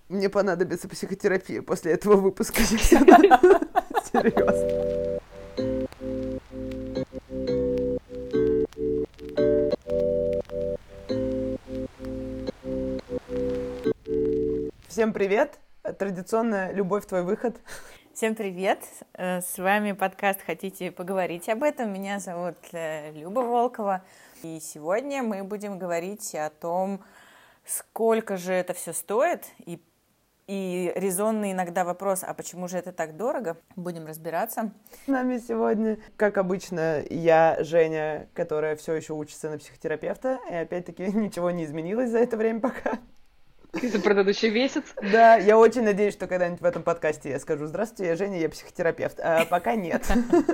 Мне понадобится психотерапия после этого выпуска. Серьезно. Всем привет! Традиционно «Любовь, твой выход». Всем привет! С вами подкаст «Хотите поговорить об этом?» Меня зовут Люба Волкова. И сегодня мы будем говорить о том, сколько же это все стоит, и резонный иногда вопрос, а почему же это так дорого? Будем разбираться. С нами сегодня, как обычно, я, Женя, которая все еще учится на психотерапевта, и опять-таки ничего не изменилось за это время пока. За предыдущий месяц. Да, я очень надеюсь, что когда-нибудь в этом подкасте я скажу: здравствуйте, я Женя, я психотерапевт. А пока нет.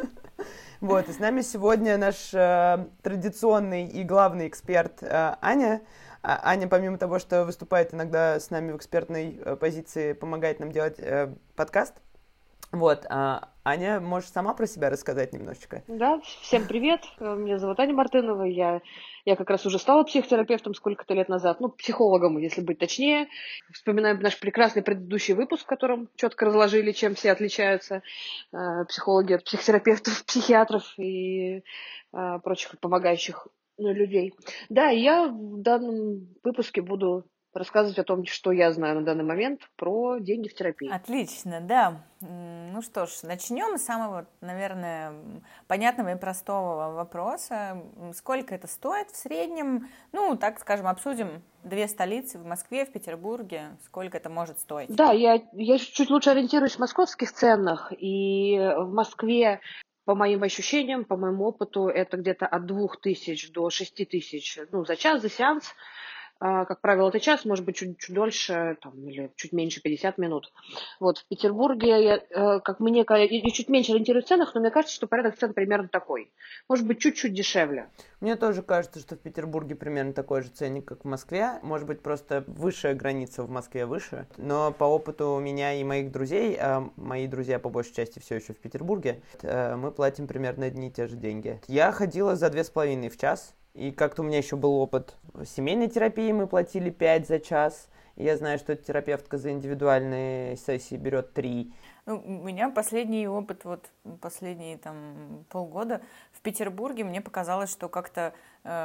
Вот, и с нами сегодня наш традиционный и главный эксперт Аня. Аня, помимо того, что выступает иногда с нами в экспертной позиции, помогает нам делать подкаст. Вот, Аня, можешь сама про себя рассказать немножечко? Да, всем привет. Меня зовут Аня Мартынова. Я как раз уже стала психотерапевтом сколько-то лет назад. Ну, психологом, если быть точнее. Вспоминаем наш прекрасный предыдущий выпуск, в котором четко разложили, чем все отличаются психологи от психотерапевтов, психиатров и прочих помогающих людей. Да, и я в данном выпуске буду рассказывать о том, что я знаю на данный момент про деньги в терапии. Отлично, да. Ну что ж, начнем с самого, наверное, понятного и простого вопроса. Сколько это стоит в среднем? Ну, так скажем, обсудим две столицы в Москве, в Петербурге. Сколько это может стоить? Да, я чуть лучше ориентируюсь в московских ценах. И в Москве, по моим ощущениям, по моему опыту, это где-то от 2000 до 6000, ну, за час, за сеанс. Как правило, это час, может быть, чуть дольше, там, или чуть меньше 50 минут. Вот, в Петербурге, я чуть меньше ориентируюсь в ценах, но мне кажется, что порядок цен примерно такой. Может быть, чуть-чуть дешевле. Мне тоже кажется, что в Петербурге примерно такой же ценник, как в Москве. Может быть, просто высшая граница в Москве выше. Но по опыту меня и моих друзей, мои друзья по большей части все еще в Петербурге, мы платим примерно одни и те же деньги. Я ходила за 2,5 в час. И как-то у меня еще был опыт семейной терапии, мы платили 5 за час. И я знаю, что терапевтка за индивидуальные сессии берет 3. Ну, у меня последний опыт, вот последние полгода в Петербурге, мне показалось, что как-то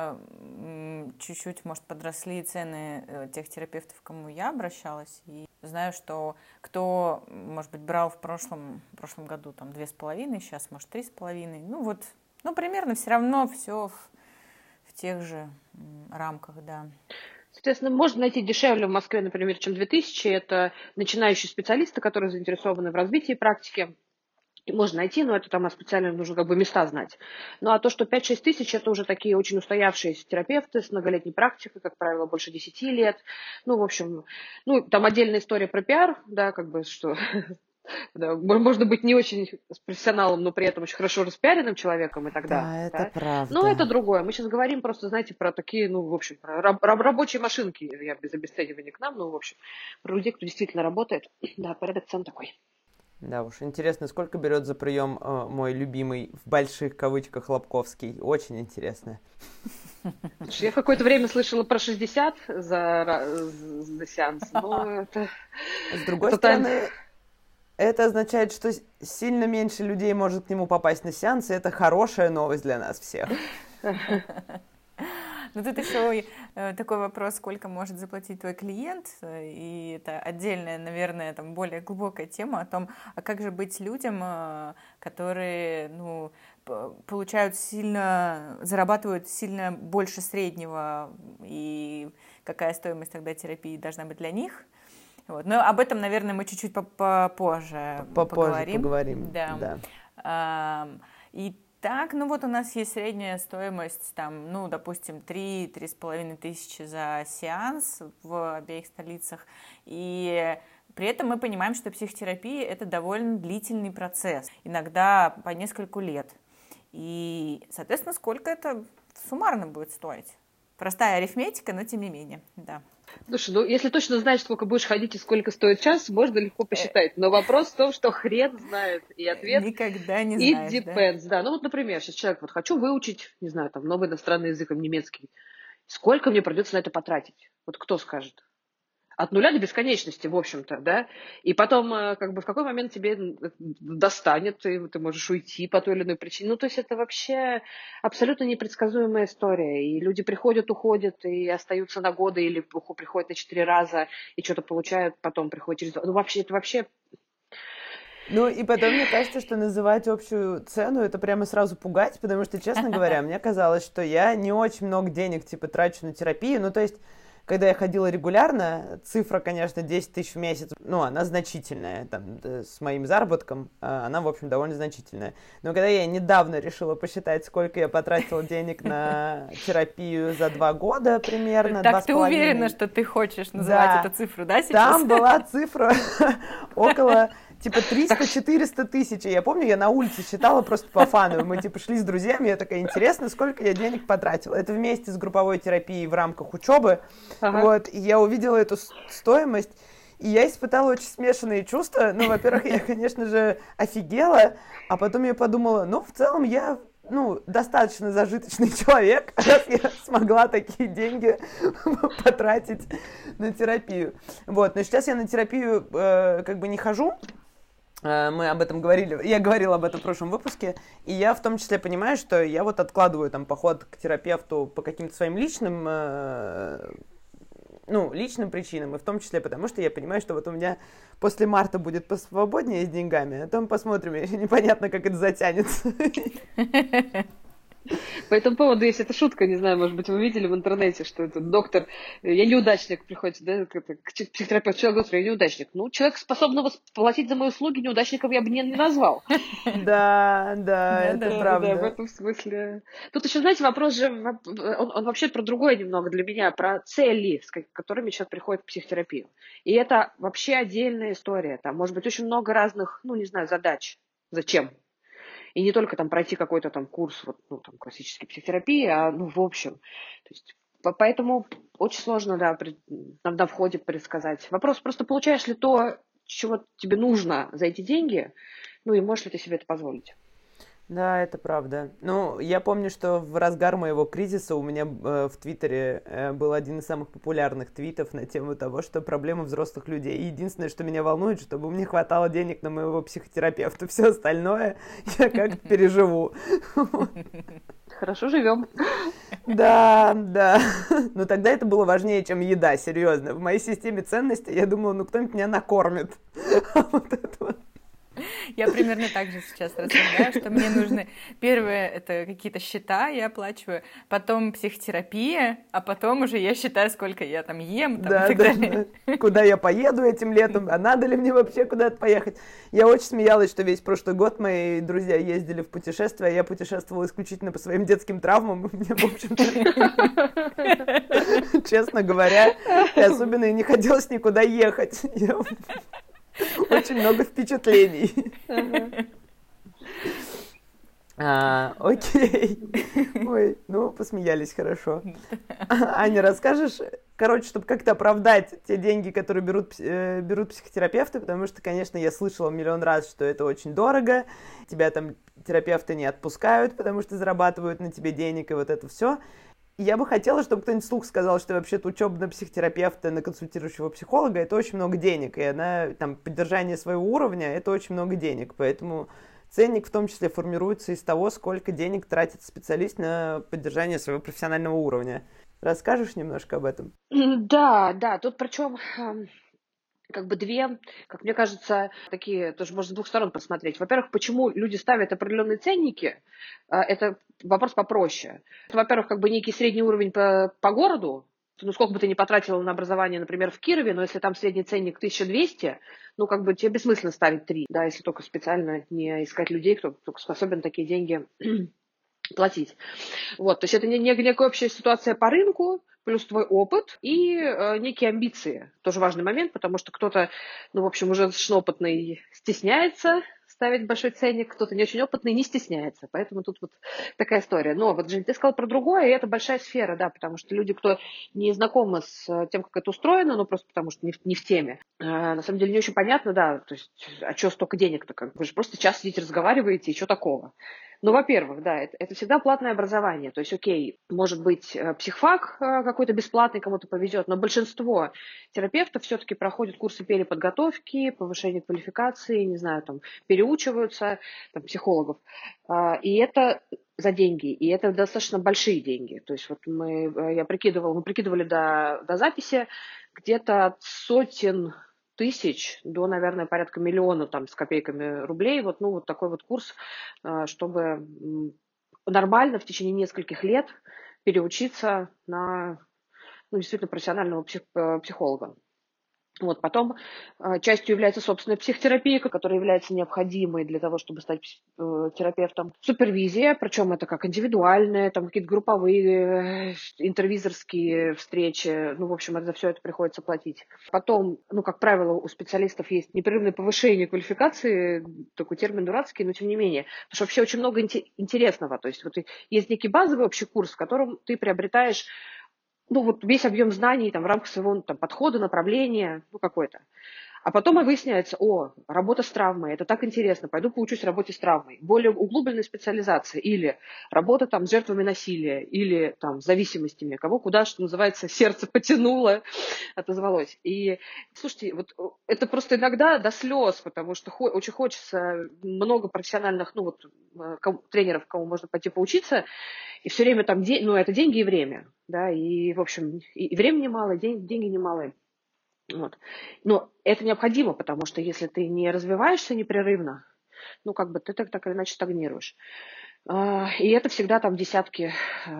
чуть-чуть, может, подросли цены тех терапевтов, к кому я обращалась. И знаю, что кто, может быть, брал в прошлом году 2,5, сейчас, может, 3,5. Ну, вот, примерно все равно все в тех же рамках, да. Соответственно, можно найти дешевле в Москве, например, чем 2000. Это начинающие специалисты, которые заинтересованы в развитии практики. Можно найти, но это там специально нужно места знать. Ну, а то, что 5-6 тысяч, это уже такие очень устоявшиеся терапевты с многолетней практикой, как правило, больше 10 лет. Ну, в общем, там отдельная история про пиар, да, что... Да, можно быть не очень профессионалом, но при этом очень хорошо распиаренным человеком и так далее. Да, это правда. Но это другое. Мы сейчас говорим просто, знаете, про такие, в общем, про рабочие машинки. Я без обесценивания к нам, в общем, про людей, кто действительно работает. Да, порядок цен такой. Да уж, интересно, сколько берет за прием мой любимый, в больших кавычках, Лобковский. Очень интересно. Я в какое-то время слышала про 60 за сеанс, но это... С другой стороны... Это означает, что сильно меньше людей может к нему попасть на сеанс, и это хорошая новость для нас всех. Ну, тут еще такой вопрос, сколько может заплатить твой клиент, и это отдельная, наверное, более глубокая тема о том, а как же быть людям, которые, зарабатывают сильно больше среднего, и какая стоимость тогда терапии должна быть для них. Вот. Но об этом, наверное, мы чуть-чуть попозже поговорим. Да. Итак, у нас есть средняя стоимость, допустим, 3-3,5 тысячи за сеанс в обеих столицах. И при этом мы понимаем, что психотерапия – это довольно длительный процесс, иногда по нескольку лет. И, соответственно, сколько это суммарно будет стоить? Простая арифметика, но тем не менее, да. Слушай, если точно знаешь, сколько будешь ходить и сколько стоит час, можно легко посчитать. Но вопрос в том, что хрен знает. И ответ... Никогда не знаешь, It depends, да. Например, сейчас человек, хочу выучить, не знаю, новый иностранный язык, немецкий. Сколько мне придется на это потратить? Вот кто скажет? от нуля до бесконечности, в общем-то, да, и потом, как бы, в какой момент тебе достанет, и ты можешь уйти по той или иной причине. Ну, то есть это вообще абсолютно непредсказуемая история, и люди приходят, уходят, и остаются на годы, или приходят на 4 раза, и что-то получают, потом приходят через... Ну, вообще, это вообще... Ну, и потом мне кажется, что называть общую цену, это прямо сразу пугать, потому что, честно говоря, мне казалось, что я не очень много денег, типа, трачу на терапию. Ну, то есть, когда я ходила регулярно, цифра, конечно, 10 тысяч в месяц, ну, она значительная, там, с моим заработком, она, в общем, довольно значительная. Но когда я недавно решила посчитать, сколько я потратила денег на терапию за 2 года примерно, так ты уверена, что ты хочешь называть эту цифру, да, сейчас? Там была цифра около... Типа 300-400 тысяч. Я помню, я на улице считала просто по фану. Мы типа шли с друзьями, я такая, интересно, сколько я денег потратила. Это вместе с групповой терапией в рамках учебы. Вот, и я увидела эту стоимость, и я испытала очень смешанные чувства. Ну, во-первых, я, конечно же, офигела, а потом я подумала, ну, в целом я... ну, достаточно зажиточный человек, раз я смогла такие деньги потратить на терапию. Вот, но сейчас я на терапию как бы не хожу. Мы об этом говорили, я говорила об этом в прошлом выпуске, и я в том числе понимаю, что я вот откладываю там поход к терапевту по каким-то своим личным, личным причинам, и в том числе потому, что я понимаю, что вот у меня после марта будет посвободнее с деньгами, а там посмотрим, еще непонятно, как это затянется. По этому поводу есть эта шутка, не знаю, может быть, вы видели в интернете, что этот доктор, я неудачник, приходит, да, к психотерапевту, человек, я неудачник. Ну, человек, способного платить за мои услуги, неудачником я бы не назвал. Да, это правда. Да, в этом смысле. Тут еще, знаете, вопрос же, он вообще про другое немного для меня, про цели, с которыми человек приходит в психотерапию. И это вообще отдельная история. Там может быть очень много разных, ну, не знаю, задач. Зачем? И не только там пройти какой-то там курс, вот, ну, там, классической психотерапии, а, ну, в общем. То есть, поэтому очень сложно, да, на входе предсказать. Вопрос просто, получаешь ли то, чего тебе нужно за эти деньги, ну, и можешь ли ты себе это позволить. Да, это правда. Ну, я помню, что в разгар моего кризиса у меня в Твиттере был один из самых популярных твитов на тему того, что проблема взрослых людей. И единственное, что меня волнует, чтобы мне хватало денег на моего психотерапевта. Все остальное я как-то переживу. Хорошо живем. Да. Но тогда это было важнее, чем еда, серьезно. В моей системе ценностей я думала, ну кто-нибудь меня накормит. Вот это вот. Я примерно так же сейчас рассуждаю, что мне нужны... Первое, это какие-то счета, я оплачиваю, потом психотерапия, а потом уже я считаю, сколько я там ем, там, и так далее. Куда я поеду этим летом, а надо ли мне вообще куда-то поехать. Я очень смеялась, что весь прошлый год мои друзья ездили в путешествия, а я путешествовала исключительно по своим детским травмам. Мне, в общем-то, честно говоря, особенно и не хотелось никуда ехать. Очень много впечатлений. Окей. Ой, ну, посмеялись, хорошо. Аня, расскажешь, короче, чтобы как-то оправдать те деньги, которые берут психотерапевты, потому что, конечно, я слышала миллион раз, что это очень дорого, тебя там терапевты не отпускают, потому что зарабатывают на тебе денег, и вот это все. Я бы хотела, чтобы кто-нибудь вслух сказал, что вообще-то учеба на психотерапевта, на консультирующего психолога – это очень много денег, и она, там, поддержание своего уровня – это очень много денег, поэтому ценник в том числе формируется из того, сколько денег тратит специалист на поддержание своего профессионального уровня. Расскажешь немножко об этом? Да, тут причем... как бы две, как мне кажется, такие, тоже можно с двух сторон посмотреть. Во-первых, почему люди ставят определенные ценники, это вопрос попроще. Это, во-первых, как бы некий средний уровень по городу, ну, сколько бы ты ни потратила на образование, например, в Кирове, но если там средний ценник 1200, ну, как бы тебе бессмысленно ставить 3, да, если только специально не искать людей, кто способен такие деньги платить. Вот, то есть это некая общая ситуация по рынку, плюс твой опыт и некие амбиции. Тоже важный момент, потому что кто-то, ну, в общем, уже опытный стесняется ставить большой ценник, кто-то не очень опытный не стесняется. Поэтому тут вот такая история. Но вот, Жень, ты сказал про другое, и это большая сфера, да, потому что люди, кто не знакомы с тем, как это устроено, ну, просто потому что не в теме, на самом деле не очень понятно, да, то есть, а что столько денег-то, как вы же просто час сидите, разговариваете, и что такого? Ну, во-первых, да, это всегда платное образование. То есть, окей, может быть, психфак какой-то бесплатный, кому-то повезет, но большинство терапевтов все-таки проходят курсы переподготовки, повышения квалификации, не знаю, там, переучиваются, там, психологов. И это за деньги, и это достаточно большие деньги. То есть вот мы прикидывали до записи где-то от сотен тысяч до, наверное, порядка миллиона там с копейками рублей. Вот, ну, вот такой вот курс, чтобы нормально в течение нескольких лет переучиться на, ну, действительно профессионального психолога. Вот, потом частью является собственная психотерапия, которая является необходимой для того, чтобы стать терапевтом. Супервизия, причем это как индивидуальные, там какие-то групповые, интервизорские встречи. Ну, в общем, за все это приходится платить. Потом, ну, как правило, у специалистов есть непрерывное повышение квалификации, такой термин дурацкий, но тем не менее. Потому что вообще очень много интересного. То есть вот есть некий базовый общий курс, в котором ты приобретаешь, ну, вот весь объем знаний там, в рамках своего там, подхода, направления, ну, какой-то. А потом выясняется, работа с травмой, это так интересно, пойду поучусь работе с травмой. Более углубленная специализация или работа там с жертвами насилия, или там с зависимостями, кого куда, что называется, сердце потянуло, отозвалось. И, слушайте, вот это просто иногда до слез, потому что очень хочется много профессиональных, ну, вот, тренеров, кому можно пойти поучиться, и все время там, ну, это деньги и время, да, и, в общем, и времени мало, и деньги немалые. Вот. Но это необходимо, потому что если ты не развиваешься непрерывно, ну, как бы ты так или иначе стагнируешь. И это всегда там десятки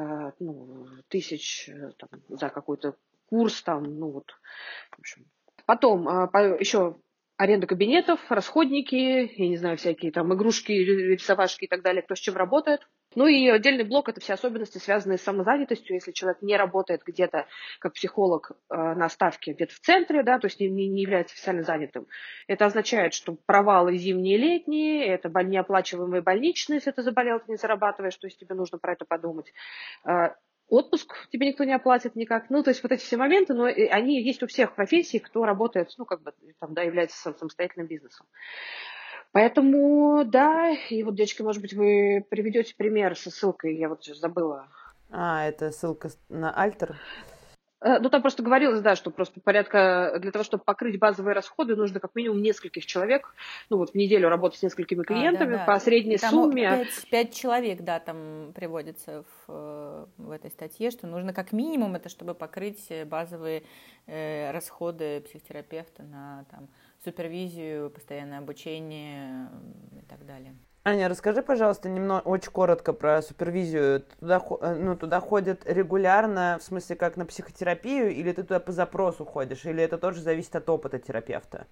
тысяч там, за какой-то курс, там, ну, вот, в общем. Потом еще аренда кабинетов, расходники, я не знаю, всякие там игрушки, рисовашки и так далее, кто с чем работает. Ну и отдельный блок – это все особенности, связанные с самозанятостью. Если человек не работает где-то как психолог на ставке, где-то в центре, да, то есть не является официально занятым, это означает, что провалы зимние и летние, это неоплачиваемые больничные, если ты заболел, ты не зарабатываешь, то есть тебе нужно про это подумать. Отпуск тебе никто не оплатит никак. Ну, то есть вот эти все моменты, но они есть у всех профессий, кто работает, ну, как бы, там, да, является самостоятельным бизнесом. Поэтому, да, и вот, девочки, может быть, вы приведете пример со ссылкой, я вот сейчас забыла. Это ссылка на Альтер? Ну, там просто говорилось, да, что просто порядка, для того, чтобы покрыть базовые расходы, нужно как минимум нескольких человек, ну, вот в неделю работать с несколькими клиентами по средней сумме. 5 человек, да, там приводится в этой статье, что нужно как минимум это, чтобы покрыть базовые расходы психотерапевта на там супервизию, постоянное обучение и так далее. Аня, расскажи, пожалуйста, очень коротко про супервизию. Туда ходят регулярно, в смысле, как на психотерапию, или ты туда по запросу ходишь, или это тоже зависит от опыта терапевта?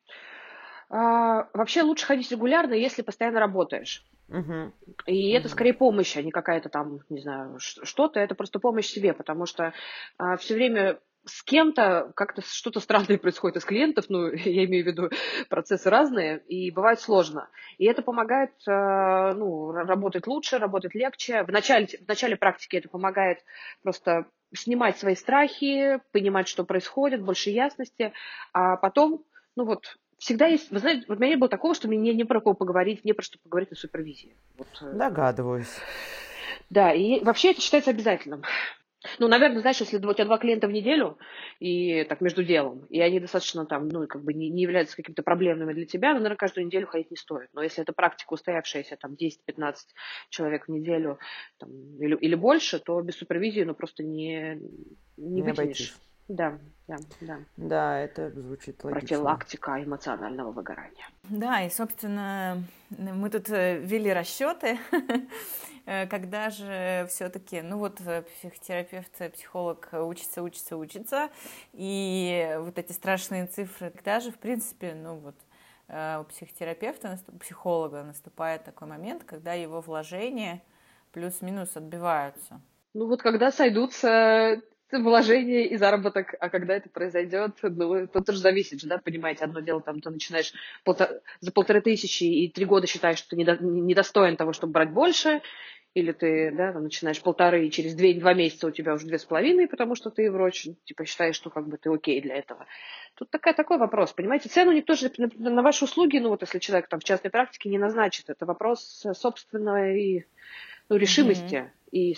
Вообще лучше ходить регулярно, если постоянно работаешь. Угу. И это скорее помощь, а не какая-то там, не знаю, что-то, это просто помощь себе, потому что все время с кем-то как-то что-то странное происходит из клиентов, ну, я имею в виду процессы разные, и бывает сложно. И это помогает, работать лучше, работать легче. В начале практики это помогает просто снимать свои страхи, понимать, что происходит, больше ясности, а потом, ну вот, всегда есть, вы знаете, вот у меня не было такого, что мне не про кого поговорить, не про что поговорить на супервизии. Вот. Догадываюсь. Да, и вообще это считается обязательным. Ну, наверное, знаешь, если у тебя 2 клиента в неделю, и так между делом, и они достаточно там, ну, как бы не являются какими-то проблемными для тебя, наверное, каждую неделю ходить не стоит. Но если это практика устоявшаяся, там, 10-15 человек в неделю там, или больше, то без супервизии, ну, просто не вытянешь. Да. Да, это звучит логично. Профилактика эмоционального выгорания. Да, и, собственно, мы тут ввели расчеты, когда же все-таки, ну вот психотерапевт, психолог учится, и вот эти страшные цифры, когда же, в принципе, ну вот у психотерапевта, психолога наступает такой момент, когда его вложения плюс-минус отбиваются. Ну вот когда сойдутся вложение и заработок, а когда это произойдет, ну, тут тоже зависит, да, понимаете, одно дело, там, ты начинаешь за 1500 и 3 года считаешь, что ты недостоин того, чтобы брать больше, или ты, да, там, начинаешь 1,5, и через 2 месяца у тебя уже 2,5, потому что ты врач, типа, считаешь, что как бы ты окей для этого. Тут такой вопрос, понимаете, цену никто же на ваши услуги, ну вот если человек там в частной практике не назначит, это вопрос собственной, ну, решимости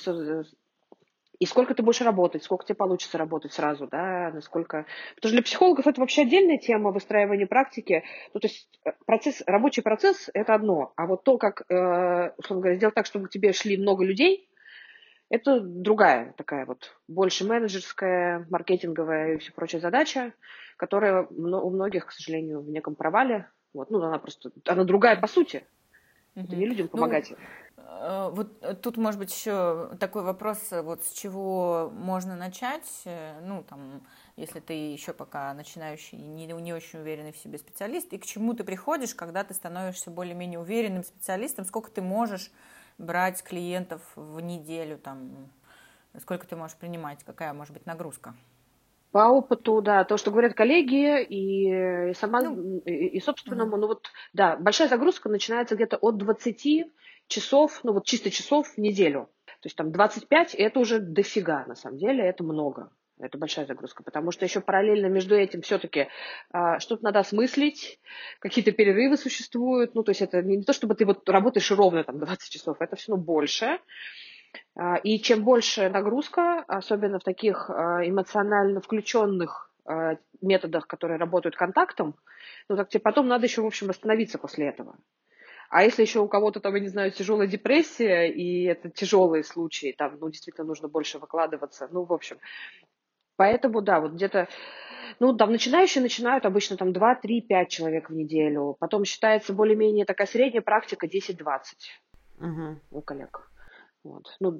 и сколько ты будешь работать, сколько тебе получится работать сразу, да, насколько... Потому что для психологов это вообще отдельная тема выстраивания практики. Ну, то есть рабочий процесс – это одно, а вот то, как, условно говоря, сделать так, чтобы к тебе шли много людей, это другая такая вот, больше менеджерская, маркетинговая и все прочая задача, которая у многих, к сожалению, в неком провале. Вот, ну, она другая по сути. Это не людям помогать. Вот тут, может быть, еще такой вопрос, вот с чего можно начать, ну, там, если ты еще пока начинающий, не очень уверенный в себе специалист, и к чему ты приходишь, когда ты становишься более-менее уверенным специалистом, сколько ты можешь брать клиентов в неделю, там, сколько ты можешь принимать, какая может быть нагрузка? По опыту, да, то, что говорят коллеги и собственному, ну вот, да, большая загрузка начинается где-то от 20 часов, ну вот чисто часов в неделю. То есть там 25, это уже дофига, на самом деле, это много. Это большая загрузка, потому что еще параллельно между этим все-таки что-то надо осмыслить, какие-то перерывы существуют, ну то есть это не то, чтобы ты вот работаешь ровно там 20 часов, это все равно больше. И чем больше нагрузка, особенно в таких эмоционально включенных методах, которые работают контактом, ну так тебе потом надо еще, в общем, восстановиться после этого. А если еще у кого-то там, я не знаю, тяжелая депрессия, и это тяжелые случаи, там, ну, действительно нужно больше выкладываться, ну, в общем. Поэтому, да, вот где-то, ну, там, начинающие начинают обычно там 2, 3, 5 человек в неделю. Потом считается более-менее такая средняя практика 10-20 у коллег. Вот, ну.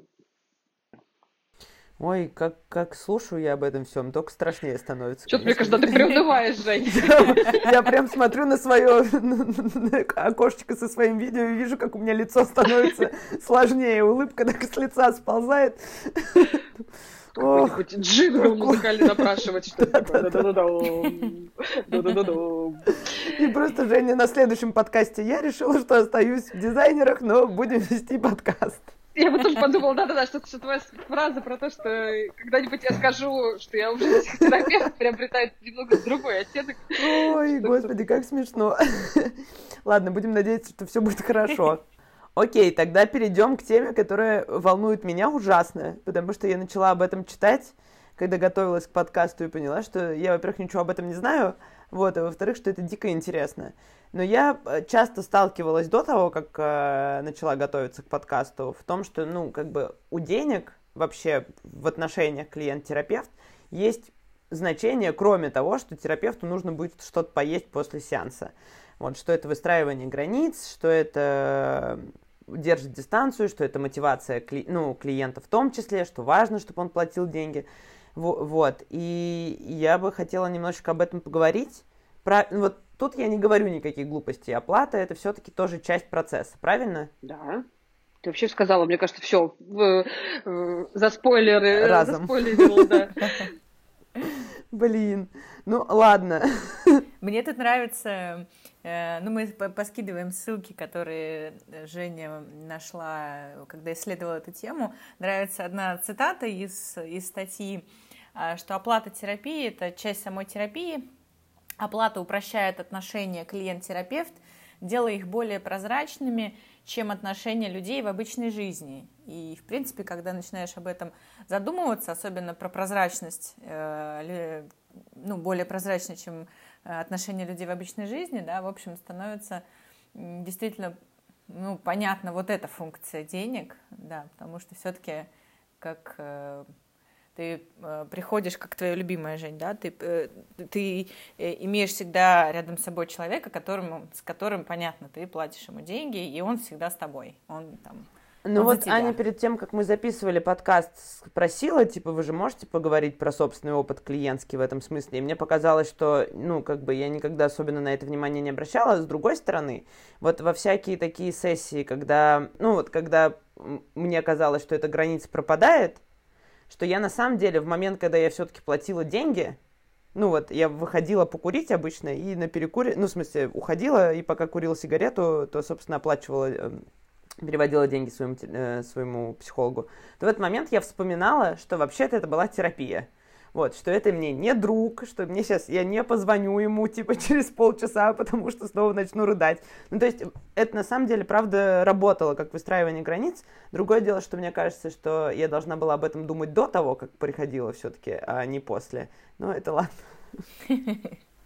Ой, как слушаю я об этом всем, только страшнее становится. Что-то мне кажется, ты приунываешь, Жень. Я прям смотрю на свое окошечко со своим видео и вижу, как у меня лицо становится сложнее, улыбка так с лица сползает. Какой-нибудь джингл музыкальный напрашивать, что такое. И просто, Женя, на следующем подкасте я решила, что остаюсь в дизайнерах, но будем вести подкаст. Я бы тоже подумала, да-да-да, что твоя фраза про то, что когда-нибудь я скажу, что я уже психотерапевт, приобретает немного другой оттенок. Ой, господи, как смешно. Ладно, будем надеяться, что все будет хорошо. Окей, тогда перейдем к теме, которая волнует меня ужасно, потому что я начала об этом читать, когда готовилась к подкасту и поняла, что я, во-первых, ничего об этом не знаю, вот, а во-вторых, что это дико интересно. Но я часто сталкивалась до того, как начала готовиться к подкасту, в том, что, ну, как бы у денег вообще в отношениях клиент-терапевт есть значение, кроме того, что терапевту нужно будет что-то поесть после сеанса. Вот, что это выстраивание границ, что это держит дистанцию, что это мотивация клиента в том числе, что важно, чтобы он платил деньги. Вот. И я бы хотела немножечко об этом поговорить. Вот тут я не говорю никаких глупостей. Оплата – это все-таки тоже часть процесса, правильно? Да. Ты вообще сказала, мне кажется, все за спойлеры. Разом. Заспойлерила, да. Блин, ну ладно. Мне тут нравится, ну мы поскидываем ссылки, которые Женя нашла, когда исследовала эту тему. Нравится одна цитата из статьи, что оплата терапии – это часть самой терапии. Оплата упрощает отношения клиент-терапевт, делая их более прозрачными, чем отношения людей в обычной жизни. И, в принципе, когда начинаешь об этом задумываться, особенно про прозрачность, ну, более прозрачно, чем отношения людей в обычной жизни, да, в общем, становится действительно, ну, понятна вот эта функция денег, да, потому что все-таки как ты приходишь, как твоя любимая, Жень, да, ты имеешь всегда рядом с собой человека, с которым, понятно, ты платишь ему деньги, и он всегда с тобой, он там... Ну вот Аня перед тем, как мы записывали подкаст, спросила, типа, вы же можете поговорить про собственный опыт клиентский в этом смысле? И мне показалось, что, ну, как бы я никогда особенно на это внимание не обращала. С другой стороны, вот во всякие такие сессии, когда, ну, вот когда мне казалось, что эта граница пропадает, что я на самом деле в момент, когда я все-таки платила деньги, ну вот, я выходила покурить обычно и на перекуре, ну, в смысле, уходила, и пока курила сигарету, то, собственно, оплачивала переводила деньги своему психологу, то в этот момент я вспоминала, что вообще-то это была терапия. Вот, что это мне не друг, что мне сейчас, я не позвоню ему, типа, через полчаса, потому что снова начну рыдать. Ну, то есть, это на самом деле, правда, работало, как выстраивание границ. Другое дело, что мне кажется, что я должна была об этом думать до того, как приходила все-таки, а не после. Ну, это ладно.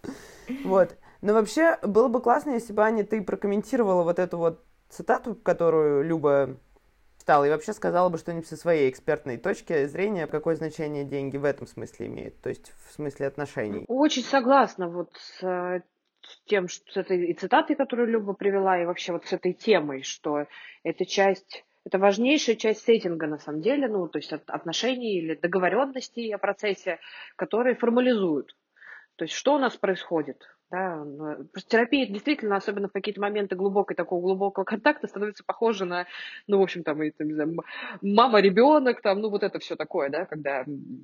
Вот. Но вообще, было бы классно, если бы, Аня, ты прокомментировала вот эту вот цитату, которую Люба читала, и вообще сказала бы что-нибудь со своей экспертной точки зрения, какое значение деньги в этом смысле имеют, то есть в смысле отношений. Очень согласна вот с тем, что с этой и цитатой, которую Люба привела, и вообще вот с этой темой, что это важнейшая часть сеттинга на самом деле, ну, то есть отношений или договоренностей о процессе, которые формализуют. То есть что у нас происходит? Да? Просто терапия действительно, особенно в какие-то моменты такого глубокого контакта, становится похожа на, ну, в общем, там, не знаю, мама-ребенок, там, ну, вот это все такое, да, когда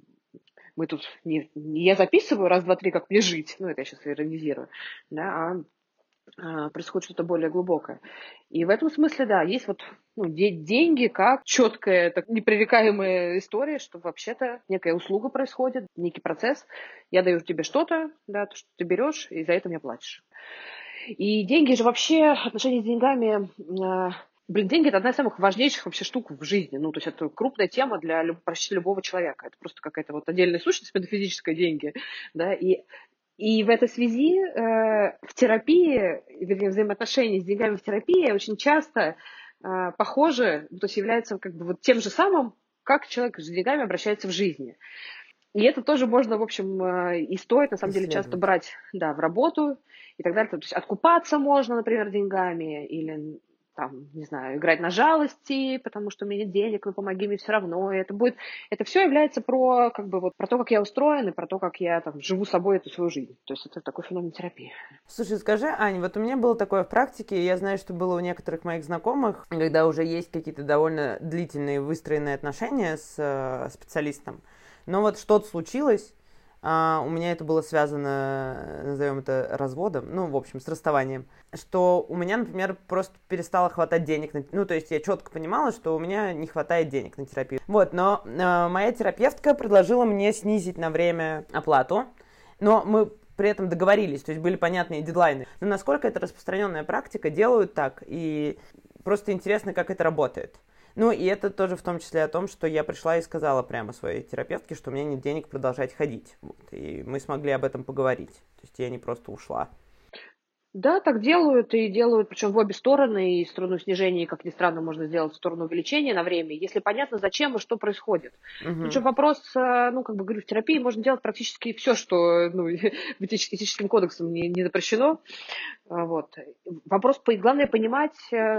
мы тут, не я записываю раз, два, три, как мне жить, ну, это я сейчас иронизирую, да, происходит что-то более глубокое. И в этом смысле, да, есть вот деньги как четкая, так, непререкаемая история, что вообще-то некая услуга происходит, некий процесс. Я даю тебе что-то, да, то, что ты берешь, и за это мне платишь. И деньги же вообще, отношения с деньгами, деньги – это одна из самых важнейших вообще штук в жизни. Ну, то есть это крупная тема для почти любого человека. Это просто какая-то вот отдельная сущность, метафизическая деньги, да, и в этой связи в терапии, вернее, взаимоотношения с деньгами в терапии очень часто похожи, то есть являются как бы вот тем же самым, как человек с деньгами обращается в жизни. И это тоже можно, в общем, и стоит, на самом деле, часто брать, да, в работу и так далее. То есть откупаться можно, например, деньгами или там, не знаю, играть на жалости, потому что у меня нет денег, ну помоги мне все равно. И это все является про, как бы, вот, про то, как я устроен, и про то, как я там живу собой эту свою жизнь. То есть это такой феномен терапии. Слушай, скажи, Ань, вот у меня было такое в практике, и я знаю, что было у некоторых моих знакомых, когда уже есть какие-то довольно длительные выстроенные отношения с специалистом, но вот что-то случилось, у меня это было связано, назовем это, разводом, ну, в общем, с расставанием, что у меня, например, просто перестало хватать денег, ну, то есть я четко понимала, что у меня не хватает денег на терапию. Вот, но моя терапевтка предложила мне снизить на время оплату, но мы при этом договорились, то есть были понятные дедлайны. Но насколько это распространенная практика, делают так, и просто интересно, как это работает. Ну, и это тоже в том числе о том, что я пришла и сказала прямо своей терапевтке, что у меня нет денег продолжать ходить. Вот, и мы смогли об этом поговорить. То есть я не просто ушла. Да, так делают, и делают, причем в обе стороны, и сторону снижения, как ни странно, можно сделать в сторону увеличения на время, если понятно, зачем и что происходит. Причем вопрос, ну, как бы говорю, в терапии можно делать практически все, что, ну, этическим кодексом не запрещено. Вот. Вопрос, главное понимать,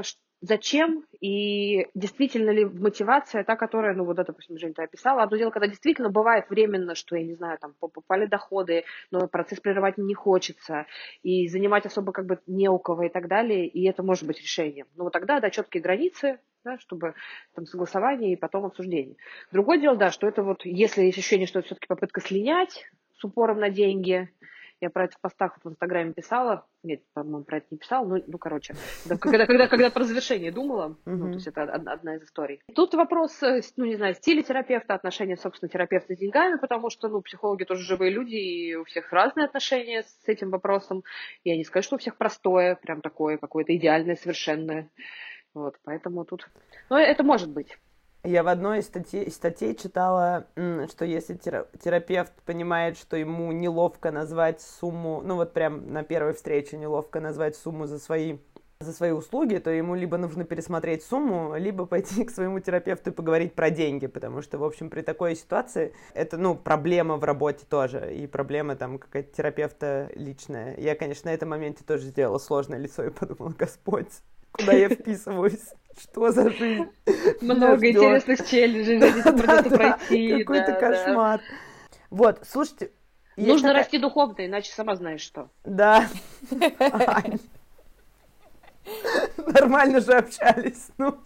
зачем и действительно ли мотивация та, которая, ну, вот это, допустим, Жень, ты описала. Одно дело, когда действительно бывает временно, что, я не знаю, там, попали доходы, но процесс прерывать не хочется, и занимать особо как бы не у кого и так далее, и это может быть решением. Но вот тогда, да, четкие границы, да, чтобы там согласование и потом обсуждение. Другое дело, да, что это вот, если есть ощущение, что это все-таки попытка слинять с упором на деньги. Я про это в постах в Инстаграме писала. Нет, по-моему, про это не писала. Ну, короче, когда про завершение думала, ну, то есть это одна из историй. Тут вопрос, ну, не знаю, стиля терапевта, отношения, собственно, терапевта с деньгами, потому что, ну, психологи тоже живые люди, и у всех разные отношения с этим вопросом. Я не скажу, что у всех простое, прям такое какое-то идеальное, совершенное. Вот, поэтому тут... Ну, это может быть. Я в одной из статей читала, что если терапевт понимает, что ему неловко назвать сумму, ну вот прям на первой встрече неловко назвать сумму за свои услуги, то ему либо нужно пересмотреть сумму, либо пойти к своему терапевту и поговорить про деньги, потому что, в общем, при такой ситуации это, ну, проблема в работе тоже, и проблема там какая-то терапевта личная. Я, конечно, на этом моменте тоже сделала сложное лицо и подумала: Господь, куда я вписываюсь? Что за жизнь? Много интересных челленджей придется пройти. Какой-то кошмар. Вот, слушайте. Нужно расти духовно, иначе сама знаешь что. Да. Нормально же общались. Ну.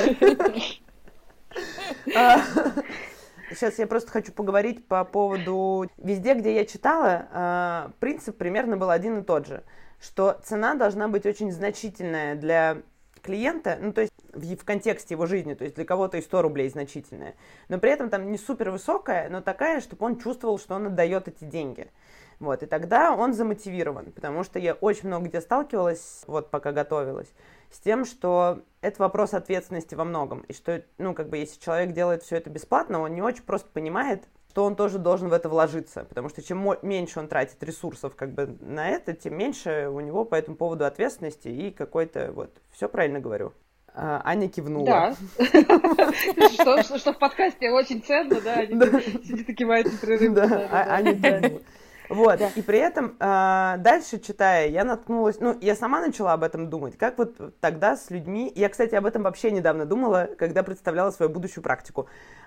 Сейчас я просто хочу поговорить по поводу... Везде, где я читала, принцип примерно был один и тот же, что цена должна быть очень значительная для клиента, ну, то есть в контексте его жизни, то есть для кого-то и 100 рублей значительная, но при этом там не супер высокая, но такая, чтобы он чувствовал, что он отдает эти деньги. Вот, и тогда он замотивирован, потому что я очень много где сталкивалась, вот пока готовилась, с тем, что это вопрос ответственности во многом, и что, ну, как бы, если человек делает все это бесплатно, он не очень просто понимает, что он тоже должен в это вложиться, потому что чем меньше он тратит ресурсов, как бы, на это, тем меньше у него по этому поводу ответственности и какой-то, вот, все правильно говорю. Аня кивнула. Да. Что в подкасте очень ценно, да, они сидят и кивают непрерывно. Аня кивнула. Вот, и при этом дальше, читая, я наткнулась, ну, я сама начала об этом думать, как вот тогда с людьми, я, кстати, об этом вообще недавно думала, когда представляла свою будущую практику,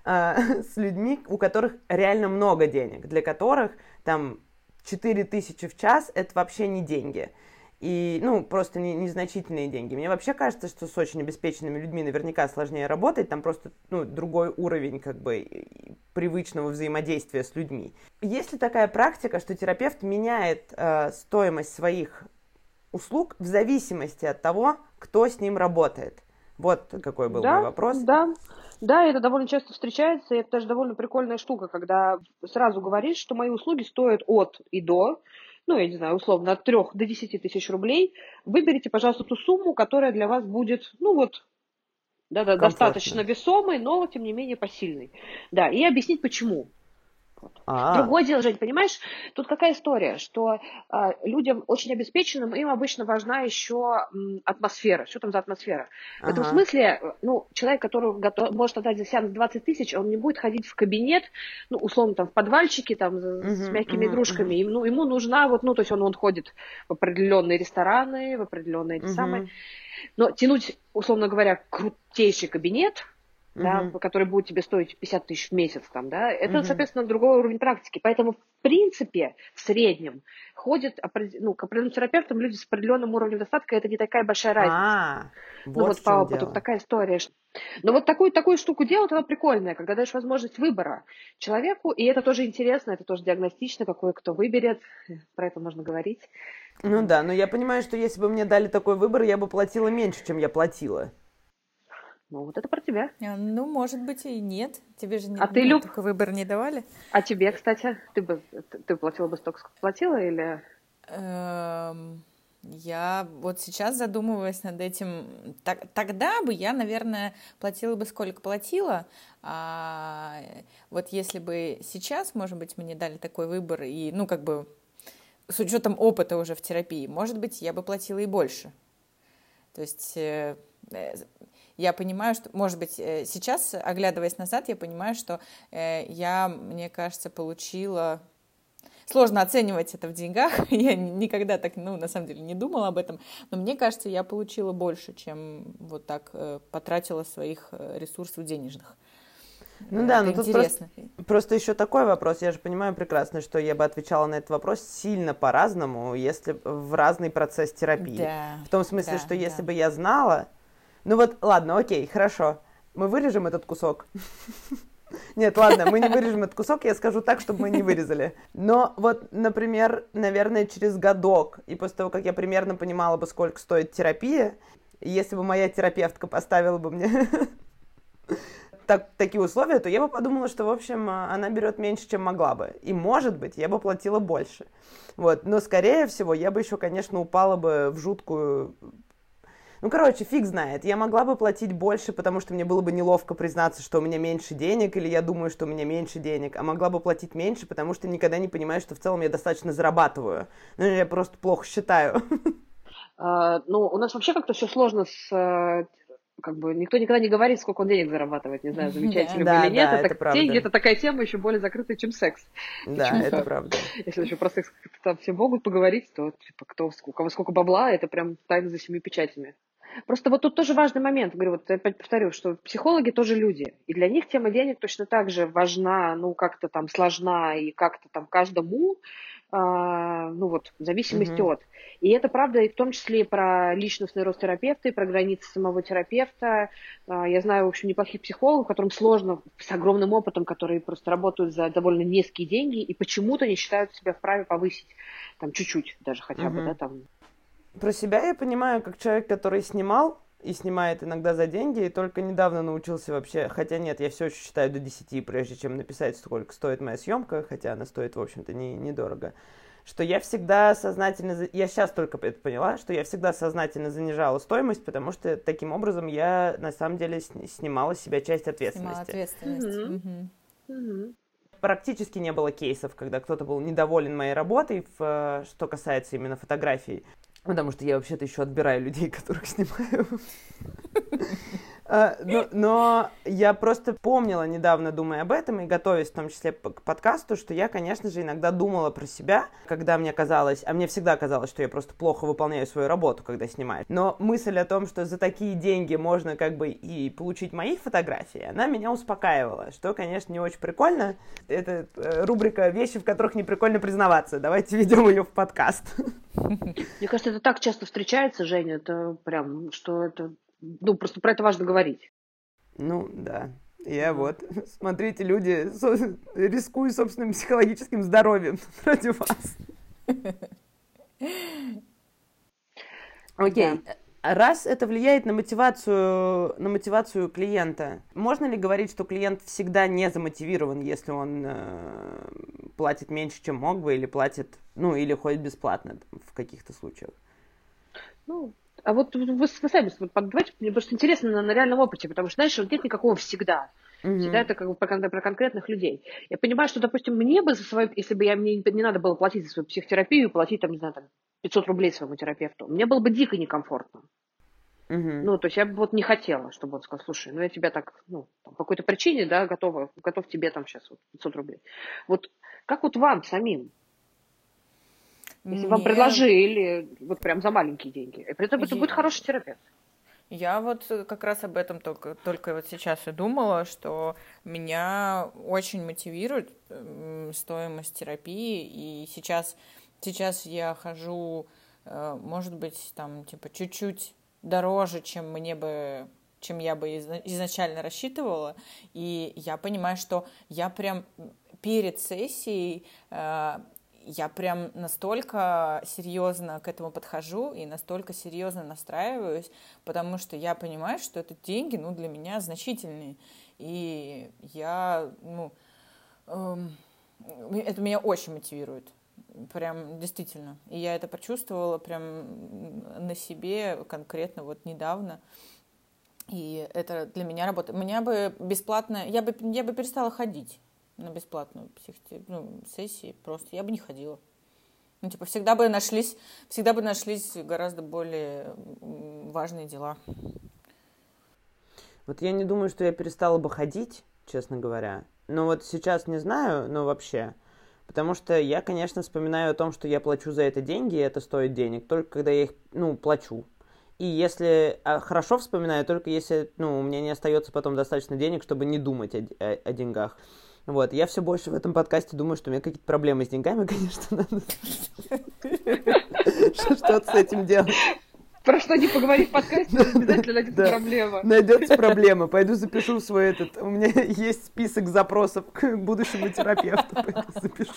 с людьми, у которых реально много денег, для которых там 4000 в час – это вообще не деньги. И, ну, просто незначительные деньги. Мне вообще кажется, что с очень обеспеченными людьми наверняка сложнее работать, там просто, ну, другой уровень, как бы, привычного взаимодействия с людьми. Есть ли такая практика, что терапевт меняет стоимость своих услуг в зависимости от того, кто с ним работает? Вот какой был мой вопрос. Да, это довольно часто встречается, и это даже довольно прикольная штука, когда сразу говоришь, что мои услуги стоят от и до, ну, я не знаю, условно, от 3 до 10 тысяч рублей. Выберите, пожалуйста, ту сумму, которая для вас будет, ну, вот, да, достаточно весомой, но, тем не менее, посильной. Да, и объяснить, почему. Другое дело, Жень, понимаешь, тут какая история, что людям очень обеспеченным, им обычно важна еще атмосфера. Что там за атмосфера? В этом смысле, ну, человек, который может отдать за сеанс 20 тысяч, он не будет ходить в кабинет, ну, условно, там, в подвальчике, там, с мягкими игрушками. Ему нужна, вот, ну, то есть он ходит в определенные рестораны, в определенные самые. Но тянуть, условно говоря, крутейший кабинет, да, который будет тебе стоить 50 тысяч в месяц, там, да, это, соответственно, другой уровень практики. Поэтому, в принципе, в среднем ходят, ну, к определенным терапевтам люди с определенным уровнем достатка, это не такая большая разница. Ну, вот по опыту такая история. Но вот такую штуку делать, она прикольная, когда даешь возможность выбора человеку, и это тоже интересно, это тоже диагностично, какой кто выберет, про это можно говорить. Ну да, но я понимаю, что если бы мне дали такой выбор, я бы платила меньше, чем я платила. Ну, вот это про тебя. Ну, может быть, и нет. Тебе же ты, Люб, такой выбор не давали. А тебе, кстати, ты платила бы столько, сколько платила, или... Я вот сейчас задумываюсь над этим. Тогда бы я, наверное, платила бы сколько платила. Вот если бы сейчас, может быть, мне дали такой выбор, и, ну, как бы, с учетом опыта уже в терапии, может быть, я бы платила и больше. То есть... Я понимаю, что, может быть, сейчас, оглядываясь назад, я понимаю, что я, мне кажется, получила... Сложно оценивать это в деньгах, я никогда так, ну, на самом деле, не думала об этом, но мне кажется, я получила больше, чем вот так потратила своих ресурсов денежных. Ну да, но тут просто еще такой вопрос, я же понимаю прекрасно, что я бы отвечала на этот вопрос сильно по-разному, если в разный процесс терапии. Да, в том смысле, что если бы я знала... Ну вот, ладно, окей, хорошо. Мы вырежем этот кусок. Нет, ладно, мы не вырежем этот кусок, я скажу так, чтобы мы не вырезали. Но вот, например, наверное, через годок, и после того, как я примерно понимала бы, сколько стоит терапия, если бы моя терапевтка поставила бы мне такие условия, то я бы подумала, что, в общем, она берет меньше, чем могла бы. И, может быть, я бы платила больше. Вот. Но, скорее всего, я бы еще, конечно, упала бы в жуткую... Ну, короче, фиг знает. Я могла бы платить больше, потому что мне было бы неловко признаться, что у меня меньше денег, или я думаю, что у меня меньше денег, а могла бы платить меньше, потому что никогда не понимаю, что в целом я достаточно зарабатываю. Ну, я просто плохо считаю. Ну, у нас вообще как-то все сложно с... Как бы никто никогда не говорит, сколько он денег зарабатывает. Не знаю, замечательно да, или нет. Да, это деньги — это такая тема еще более закрытая, чем секс. Да, это правда. Если еще про секс там все могут поговорить, то типа, у кого сколько бабла, это прям тайна за 7 печатями. Просто вот тут тоже важный момент. Говорю, вот опять повторю, что психологи тоже люди. И для них тема денег точно так же важна, ну, как-то там сложна и как-то там каждому, ну, вот, в зависимости от. И это правда, и в том числе и про личностный рост терапевта, и про границы самого терапевта. Я знаю, в общем, неплохих психологов, которым сложно, с огромным опытом, которые просто работают за довольно низкие деньги и почему-то не считают себя вправе повысить, там, чуть-чуть даже хотя бы, да, там. Про себя я понимаю, как человек, который снимал и снимает иногда за деньги, и только недавно научился вообще, хотя нет, я все еще считаю до 10, прежде чем написать, сколько стоит моя съемка, хотя она стоит, в общем-то, недорого, что я всегда сознательно, я сейчас только это поняла, что я всегда сознательно занижала стоимость, потому что таким образом я, на самом деле, снимала с себя часть ответственности. Снимала ответственность. Практически не было кейсов, когда кто-то был недоволен моей работой, что касается именно фотографий. Потому что я вообще-то еще отбираю людей, которых снимаю. Но я просто помнила недавно, думая об этом, и готовясь в том числе к подкасту, что я, конечно же, иногда думала про себя, когда мне казалось, а мне всегда казалось, что я просто плохо выполняю свою работу, когда снимаю. Но мысль о том, что за такие деньги можно как бы и получить мои фотографии, она меня успокаивала, что, конечно, не очень прикольно. Это рубрика «Вещи, в которых не прикольно признаваться». Давайте введем ее в подкаст. Мне кажется, это так часто встречается, Женя, это прям, что это... Ну, просто про это важно говорить. Ну, да. Я вот, смотрите, люди, рискую собственным психологическим здоровьем ради вас. Окей. Раз это влияет на мотивацию клиента, можно ли говорить, что клиент всегда не замотивирован, если он платит меньше, чем мог бы, или платит, ну, или ходит бесплатно в каких-то случаях? Ну, а вот вы сами подбиваете, мне просто интересно на реальном опыте, потому что, знаешь, вот нет никакого всегда. Всегда это как бы про конкретных людей. Я понимаю, что, допустим, мне бы за свою, если бы мне не надо было платить за свою психотерапию, платить, там, не знаю, там, 500 рублей своему терапевту, мне было бы дико некомфортно. Ну, то есть я бы вот не хотела, чтобы он сказал, слушай, ну я тебя так, ну, по какой-то причине, да, готов тебе там сейчас вот 500 рублей. Вот как вот вам самим? Если вам предложили вот прям за маленькие деньги, и при этом это будет хороший терапевт. Я вот как раз об этом только вот сейчас и думала, что меня очень мотивирует стоимость терапии, и сейчас я хожу, может быть, там, типа, чуть-чуть дороже, чем я бы изначально рассчитывала, и я понимаю, что я прям перед сессией я прям настолько серьезно к этому подхожу и настолько серьезно настраиваюсь, потому что я понимаю, что это деньги, ну, для меня значительные. И я, это меня очень мотивирует. Прям действительно. И я это почувствовала прям на себе конкретно вот недавно. И это для меня работает. Меня бы бесплатно... Я бы перестала ходить на бесплатную сессии, просто я бы не ходила. Ну, типа, всегда бы нашлись гораздо более важные дела. Вот я не думаю, что я перестала бы ходить, честно говоря. Но вот сейчас не знаю, но вообще. Потому что я, конечно, вспоминаю о том, что я плачу за это деньги, и это стоит денег, только когда я их, плачу. И если хорошо вспоминаю, только если, у меня не остается потом достаточно денег, чтобы не думать о деньгах. Вот, я все больше в этом подкасте думаю, что у меня какие-то проблемы с деньгами, конечно, надо что-то с этим делать. Про что не поговорить в подкасте, обязательно найдется проблема. Найдется проблема. Пойду запишу свой у меня есть список запросов к будущему терапевту. Пойду запишу.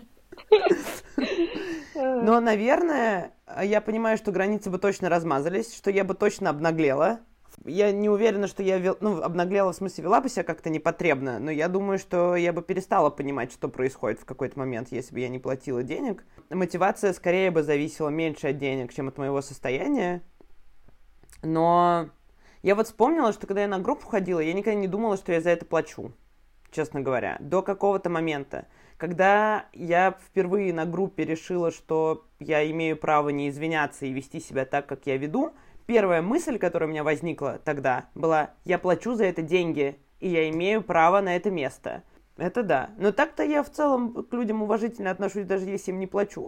Но, наверное, я понимаю, что границы бы точно размазались, что я бы точно обнаглела. Я не уверена, что я обнаглела, в смысле, вела бы себя как-то непотребно, но я думаю, что я бы перестала понимать, что происходит в какой-то момент, если бы я не платила денег. Мотивация скорее бы зависела меньше от денег, чем от моего состояния. Но я вот вспомнила, что когда я на группу ходила, я никогда не думала, что я за это плачу, честно говоря, до какого-то момента. Когда я впервые на группе решила, что я имею право не извиняться и вести себя так, как я веду, первая мысль, которая у меня возникла тогда, была: я плачу за это деньги, и я имею право на это место. Это да. Но так-то я в целом к людям уважительно отношусь, даже если им не плачу.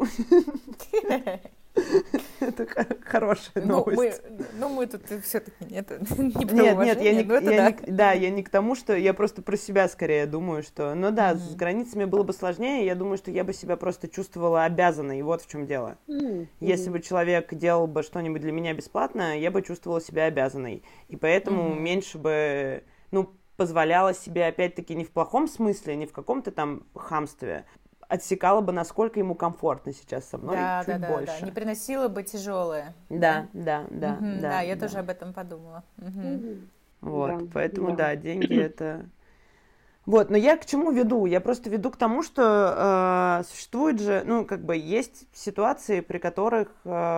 Это хорошая новость. Мы тут все-таки не про уважение. Я не к тому, что я просто про себя скорее думаю, что, с границами было бы сложнее, я думаю, что я бы себя просто чувствовала обязанной, и вот в чем дело. Если бы человек делал бы что-нибудь для меня бесплатно, я бы чувствовала себя обязанной, и поэтому меньше бы, позволяла себе, опять-таки, не в плохом смысле, не в каком-то там хамстве, отсекала бы, насколько ему комфортно сейчас со мной, чуть больше. Да, не приносила бы тяжелое. Да. Да, я тоже об этом подумала. Вот, поэтому, деньги это... Вот, но я к чему веду? Я просто веду к тому, что существует же, есть ситуации, при которых,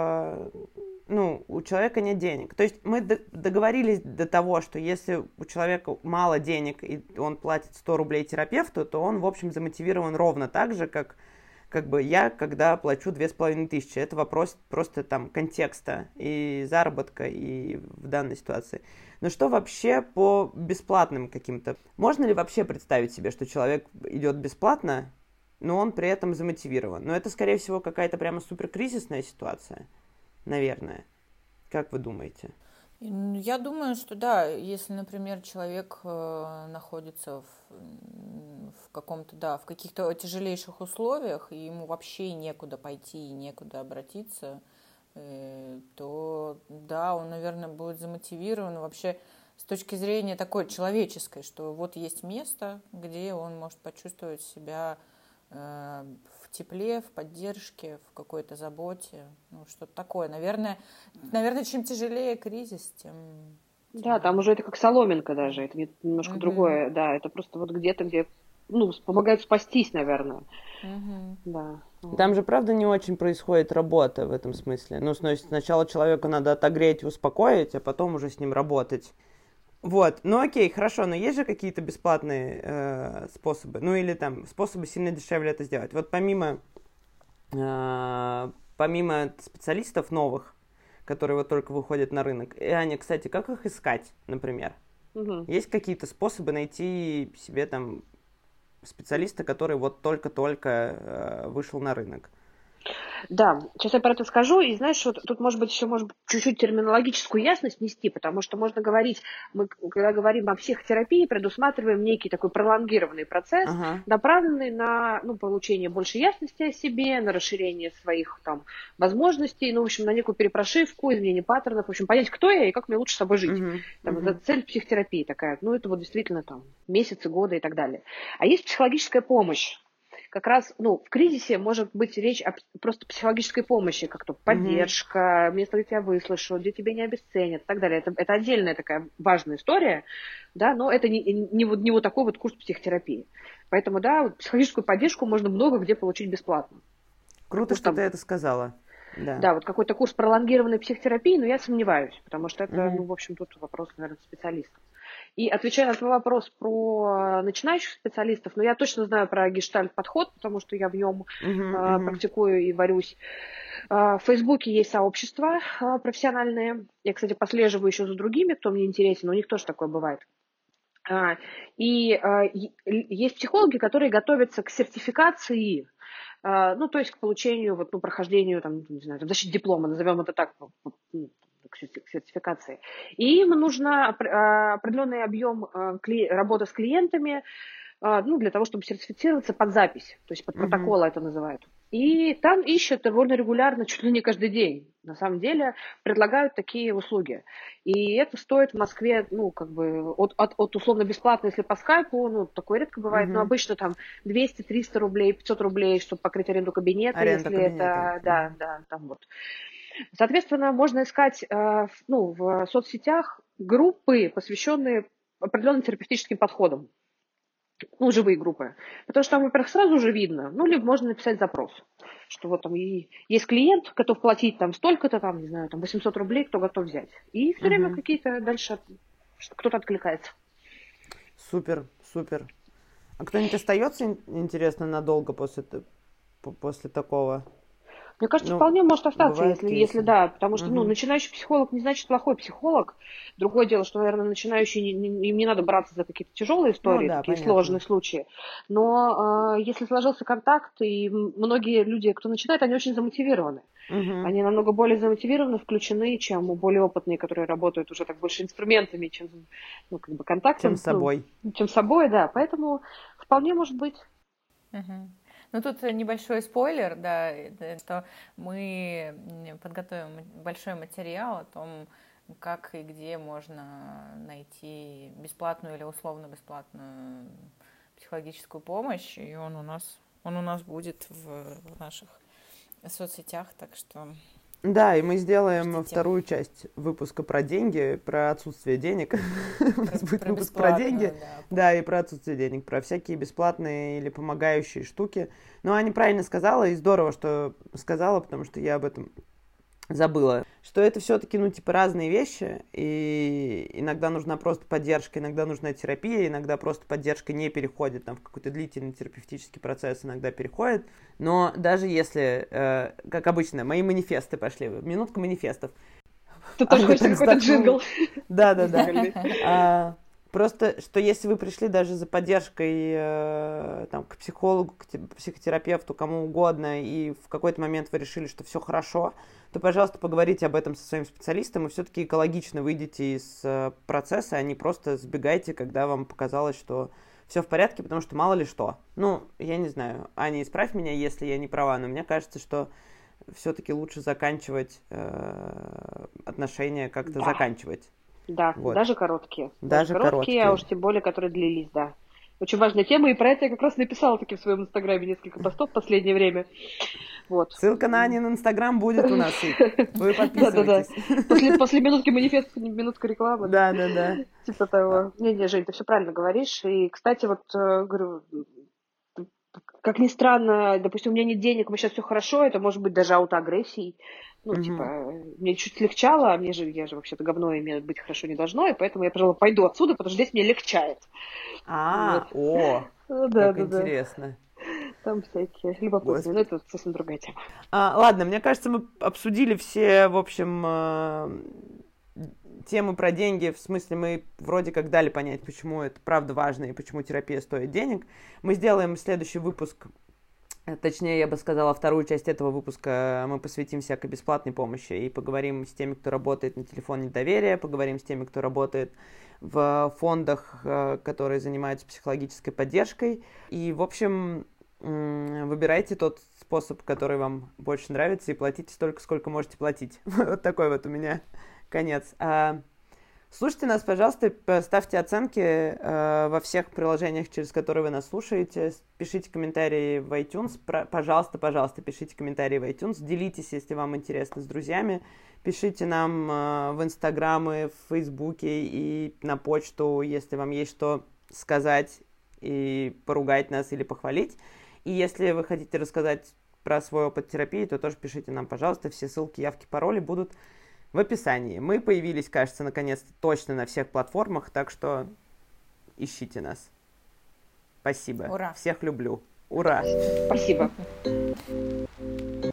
у человека нет денег. То есть мы договорились до того, что если у человека мало денег, и он платит 100 рублей терапевту, то он, в общем, замотивирован ровно так же, как я, когда плачу 2500. Это вопрос просто там контекста и заработка и в данной ситуации. Но что вообще по бесплатным каким-то? Можно ли вообще представить себе, что человек идет бесплатно, но он при этом замотивирован? Но это, скорее всего, какая-то прямо суперкризисная ситуация, наверное. Как вы думаете? Я думаю, что да, если, например, человек находится в каком-то, в каких-то тяжелейших условиях, и ему вообще некуда пойти и некуда обратиться, то да, он, наверное, будет замотивирован вообще с точки зрения такой человеческой, что вот есть место, где он может почувствовать себя в тепле, в поддержке, в какой-то заботе, что-то такое. Наверное, чем тяжелее кризис, тем... Да, там уже это как соломинка даже, это немножко другое, да, это просто вот где-то, где, помогает спастись, наверное. Да. Там же, правда, не очень происходит работа в этом смысле. Сначала человека надо отогреть и успокоить, а потом уже с ним работать. Вот, окей, хорошо, но есть же какие-то бесплатные способы, или там способы сильно дешевле это сделать. Вот помимо специалистов новых, которые вот только выходят на рынок, и Аня, кстати, как их искать, например? Есть какие-то способы найти себе там специалиста, который вот только-только вышел на рынок? Да, сейчас я про это скажу, и знаешь, вот тут может быть чуть-чуть терминологическую ясность нести, потому что можно говорить, мы когда говорим о психотерапии, предусматриваем некий такой пролонгированный процесс, направленный на получение больше ясности о себе, на расширение своих там возможностей, в общем, на некую перепрошивку, изменение паттернов, в общем, понять, кто я и как мне лучше с собой жить. Это цель психотерапии такая, это вот действительно там месяцы, годы и так далее. А есть психологическая помощь. Как раз, в кризисе может быть речь о просто психологической помощи, как-то поддержка, место, где тебя выслушают, где тебя не обесценят и так далее. Это отдельная такая важная история, да, но это не вот такой вот курс психотерапии. Поэтому, да, психологическую поддержку можно много где получить бесплатно. Круто, что ты это сказала. Да, вот какой-то курс пролонгированной психотерапии, но я сомневаюсь, потому что это, в общем, тут вопрос, наверное, специалистов. И отвечая на твой вопрос про начинающих специалистов, я точно знаю про гештальт-подход, потому что я в нем практикую и варюсь. В Фейсбуке есть сообщества профессиональные. Я, кстати, послеживаю еще за другими, кто мне интересен, но у них тоже такое бывает. И есть психологи, которые готовятся к сертификации, то есть к получению, прохождению, защите диплома, назовем это так, к сертификации. И им нужно определенный объем работы с клиентами, для того, чтобы сертифицироваться под запись, то есть под протокол это называют. И там ищут довольно регулярно, чуть ли не каждый день, на самом деле, предлагают такие услуги. И это стоит в Москве, от условно бесплатно, если по скайпу, такое редко бывает, но обычно там 200-300 рублей, 500 рублей, чтобы покрыть аренду кабинета, это, там вот. Соответственно, можно искать в соцсетях группы, посвященные определенным терапевтическим подходам. Живые группы. Потому что там, во-первых, сразу же видно, либо можно написать запрос, что вот там есть клиент, готов платить там столько-то, 800 рублей, кто готов взять. И все время какие-то дальше кто-то откликается. Супер. А кто-нибудь остается, интересно, надолго после такого? Мне кажется, вполне может остаться, если да, потому что, начинающий психолог не значит плохой психолог. Другое дело, что, наверное, начинающий, им не надо браться за какие-то тяжелые истории, такие сложные случаи. Но если сложился контакт, и многие люди, кто начинает, они очень замотивированы. Они намного более замотивированы, включены, чем более опытные, которые работают уже так больше инструментами, чем контактом. Чем собой. Чем собой, да. Поэтому вполне может быть. Тут небольшой спойлер, да, что мы подготовим большой материал о том, как и где можно найти бесплатную или условно бесплатную психологическую помощь, и он у нас Он у нас будет в наших соцсетях, так что... Да, и мы сделаем вторую часть выпуска про деньги, про отсутствие денег. У нас будет выпуск про деньги, да, и про отсутствие денег, про всякие бесплатные или помогающие штуки. Но Аня правильно сказала, и здорово, что сказала, потому что я об этом забыла, что это все-таки, разные вещи, и иногда нужна просто поддержка, иногда нужна терапия, иногда просто поддержка не переходит в какой-то длительный терапевтический процесс, иногда переходит, но даже если, как обычно, мои манифесты пошли, минутка манифестов. Тут тоже хочется какой-то джингл. Да. Просто, что если вы пришли даже за поддержкой к психологу, к психотерапевту, кому угодно, и в какой-то момент вы решили, что все хорошо, то, пожалуйста, поговорите об этом со своим специалистом, и все-таки экологично выйдете из процесса, а не просто сбегайте, когда вам показалось, что все в порядке, потому что мало ли что. Я не знаю, Аня, исправь меня, если я не права, но мне кажется, что все-таки лучше заканчивать отношения, как-то заканчивать. Да, вот. Даже короткие. Даже короткие, а уж тем более, которые длились, да. Очень важная тема, и про это я как раз написала таки в своем инстаграме несколько постов в последнее время. Вот. Ссылка на Анин инстаграм будет у нас. Вы подписывайтесь. После минутки манифеста, минутка рекламы. Да. Типа того. Не, Жень, ты все правильно говоришь. И, кстати, говорю, как ни странно, допустим, у меня нет денег, сейчас все хорошо, это может быть даже аутоагрессией. Мне чуть легчало, а я же вообще-то говно, и мне быть хорошо не должно, и поэтому я, пожалуй, пойду отсюда, потому что здесь мне легчает. Как интересно. Там всякие любопытные, но это совсем другая тема. Ладно, мне кажется, мы обсудили все, в общем, темы про деньги, в смысле мы вроде как дали понять, почему это правда важно и почему терапия стоит денег. Мы сделаем следующий выпуск, точнее, я бы сказала, вторую часть этого выпуска мы посвятим всякой бесплатной помощи и поговорим с теми, кто работает на телефоне доверия, поговорим с теми, кто работает в фондах, которые занимаются психологической поддержкой. И, в общем, выбирайте тот способ, который вам больше нравится, и платите столько, сколько можете платить. Вот такой вот у меня конец. Слушайте нас, пожалуйста, ставьте оценки во всех приложениях, через которые вы нас слушаете. Пишите комментарии в iTunes. Пожалуйста, пишите комментарии в iTunes. Делитесь, если вам интересно, с друзьями. Пишите нам в Инстаграмы, в Фейсбуке и на почту, если вам есть что сказать и поругать нас или похвалить. И если вы хотите рассказать про свой опыт терапии, то тоже пишите нам, пожалуйста. Все ссылки, явки, пароли будут в описании. Мы появились, кажется, наконец-то точно на всех платформах, так что ищите нас. Спасибо. Ура. Всех люблю. Ура. Спасибо.